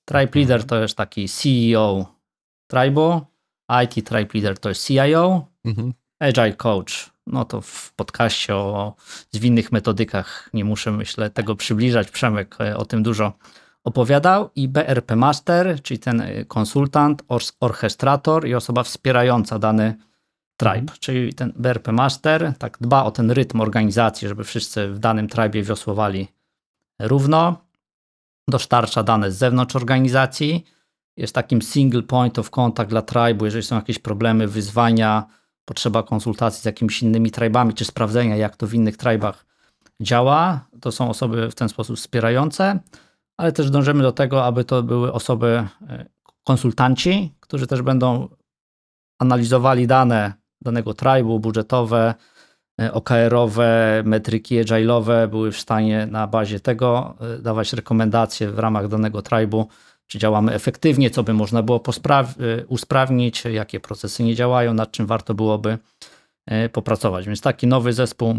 Tribe Leader to jest taki C E O Tribe'u, I T Tribe Leader to jest C I O, Mhm. Agile Coach, no to w podcaście o zwinnych metodykach nie muszę, myślę, tego przybliżać. Przemek o tym dużo opowiadał. I B R P Master, czyli ten konsultant, orchestrator i osoba wspierająca dany tribe. Mhm. Czyli ten B R P Master tak dba o ten rytm organizacji, żeby wszyscy w danym tribe wiosłowali równo. Dostarcza dane z zewnątrz organizacji. Jest takim single point of contact dla tribe'u, jeżeli są jakieś problemy, wyzwania, potrzeba konsultacji z jakimiś innymi tribami, czy sprawdzenia, jak to w innych tribach działa. To są osoby w ten sposób wspierające, ale też dążymy do tego, aby to były osoby, konsultanci, którzy też będą analizowali dane danego tribu, budżetowe, O K R-owe, metryki agile'owe, były w stanie na bazie tego dawać rekomendacje w ramach danego tribu, czy działamy efektywnie, co by można było pospraw- usprawnić, jakie procesy nie działają, nad czym warto byłoby popracować. Więc taki nowy zespół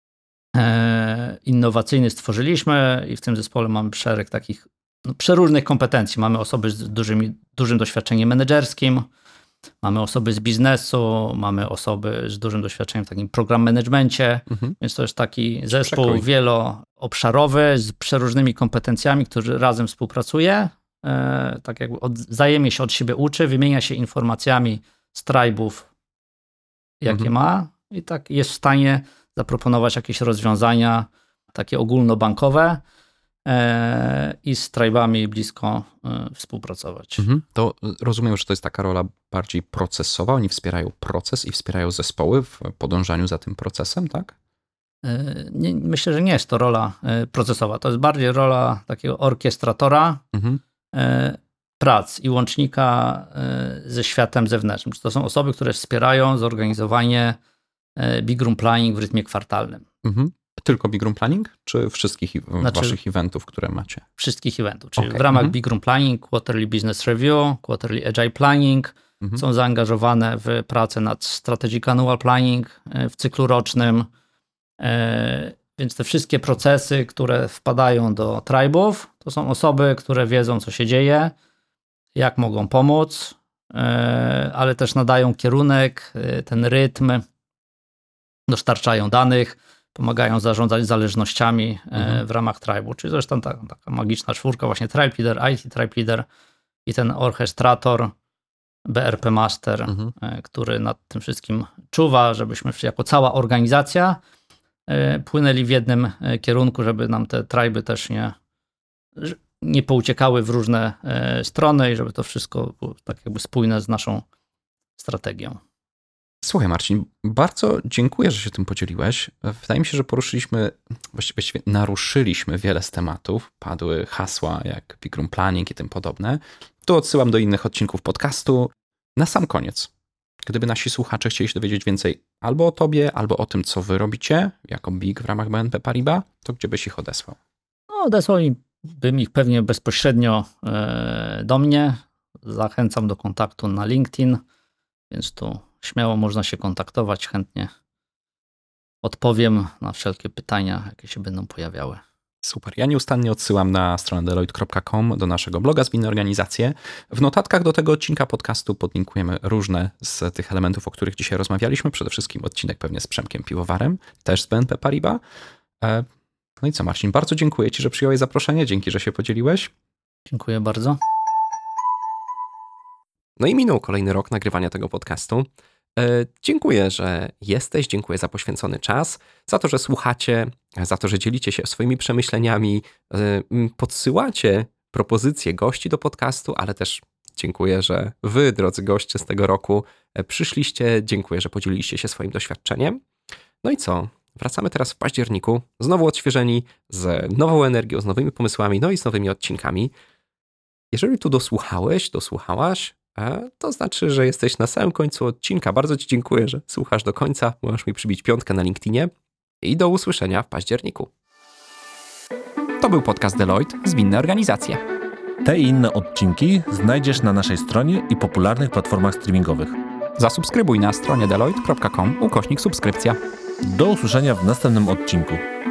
innowacyjny stworzyliśmy i w tym zespole mamy szereg takich no, przeróżnych kompetencji. Mamy osoby z dużymi, dużym doświadczeniem menedżerskim, mamy osoby z biznesu, mamy osoby z dużym doświadczeniem w takim program managemencie, mhm. Więc to jest taki zespół Przekrój. wieloobszarowy z przeróżnymi kompetencjami, który razem współpracuje, e, tak jakby od, wzajemnie się od siebie uczy, wymienia się informacjami z tribe'ów, jakie mhm. ma i tak jest w stanie zaproponować jakieś rozwiązania takie ogólnobankowe e, i z tribe'ami blisko e, współpracować. Mhm. To rozumiem, że to jest taka rola bardziej procesowa. Oni wspierają proces i wspierają zespoły w podążaniu za tym procesem, tak? E, nie, myślę, że nie jest to rola e, procesowa. To jest bardziej rola takiego orkiestratora mhm. e, prac i łącznika e, ze światem zewnętrznym. To są osoby, które wspierają zorganizowanie Big Room Planning w rytmie kwartalnym. Mhm. Tylko Big Room Planning, czy wszystkich znaczy, waszych eventów, które macie? Wszystkich eventów, czyli okay. w ramach mhm. Big Room Planning, Quarterly Business Review, Quarterly Agile Planning mhm. są zaangażowane w pracę nad Strategic Annual Planning w cyklu rocznym, więc te wszystkie procesy, które wpadają do tribe'ów, to są osoby, które wiedzą, co się dzieje, jak mogą pomóc, ale też nadają kierunek, ten rytm, dostarczają danych, pomagają zarządzać zależnościami mhm. w ramach tribe'u. Czyli zresztą ta, taka magiczna czwórka, właśnie Tribe Leader, I T Tribe Leader i ten orchestrator, B R P Master, mhm. który nad tym wszystkim czuwa, żebyśmy jako cała organizacja płynęli w jednym kierunku, żeby nam te tribe'y też nie, nie pouciekały w różne strony i żeby to wszystko było tak jakby spójne z naszą strategią. Słuchaj Marcin, bardzo dziękuję, że się tym podzieliłeś. Wydaje mi się, że poruszyliśmy, właściwie naruszyliśmy wiele z tematów. Padły hasła jak Big Room Planning i tym podobne. Tu odsyłam do innych odcinków podcastu. Na sam koniec, gdyby nasi słuchacze chcieli się dowiedzieć więcej albo o tobie, albo o tym, co wy robicie jako Big w ramach B N P Paribas, to gdzie byś ich odesłał? No, odesłałbym ich pewnie bezpośrednio do mnie. Zachęcam do kontaktu na LinkedIn, więc tu śmiało można się kontaktować, chętnie odpowiem na wszelkie pytania, jakie się będą pojawiały. Super. Ja nieustannie odsyłam na stronę deloitte kropka com do naszego bloga Zwinne Organizacje. W notatkach do tego odcinka podcastu podlinkujemy różne z tych elementów, o których dzisiaj rozmawialiśmy. Przede wszystkim odcinek pewnie z Przemkiem Piwowarem, też z B N P Paribas. No i co, Marcin, bardzo dziękuję ci, że przyjąłeś zaproszenie. Dzięki, że się podzieliłeś. Dziękuję bardzo. No i minął kolejny rok nagrywania tego podcastu. E, dziękuję, że jesteś, dziękuję za poświęcony czas, za to, że słuchacie, za to, że dzielicie się swoimi przemyśleniami, e, podsyłacie propozycje gości do podcastu, ale też dziękuję, że wy, drodzy goście z tego roku, przyszliście. Dziękuję, że podzieliliście się swoim doświadczeniem. No i co? Wracamy teraz w październiku, znowu odświeżeni, z nową energią, z nowymi pomysłami, no i z nowymi odcinkami. Jeżeli tu dosłuchałeś, dosłuchałaś, to znaczy, że jesteś na samym końcu odcinka. Bardzo ci dziękuję, że słuchasz do końca. Możesz mi przybić piątkę na LinkedInie i do usłyszenia w październiku. To był podcast Deloitte Zwinne Organizacje. Te i inne odcinki znajdziesz na naszej stronie i popularnych platformach streamingowych. Zasubskrybuj na stronie deloitte kropka com ukośnik subskrypcja. Do usłyszenia w następnym odcinku.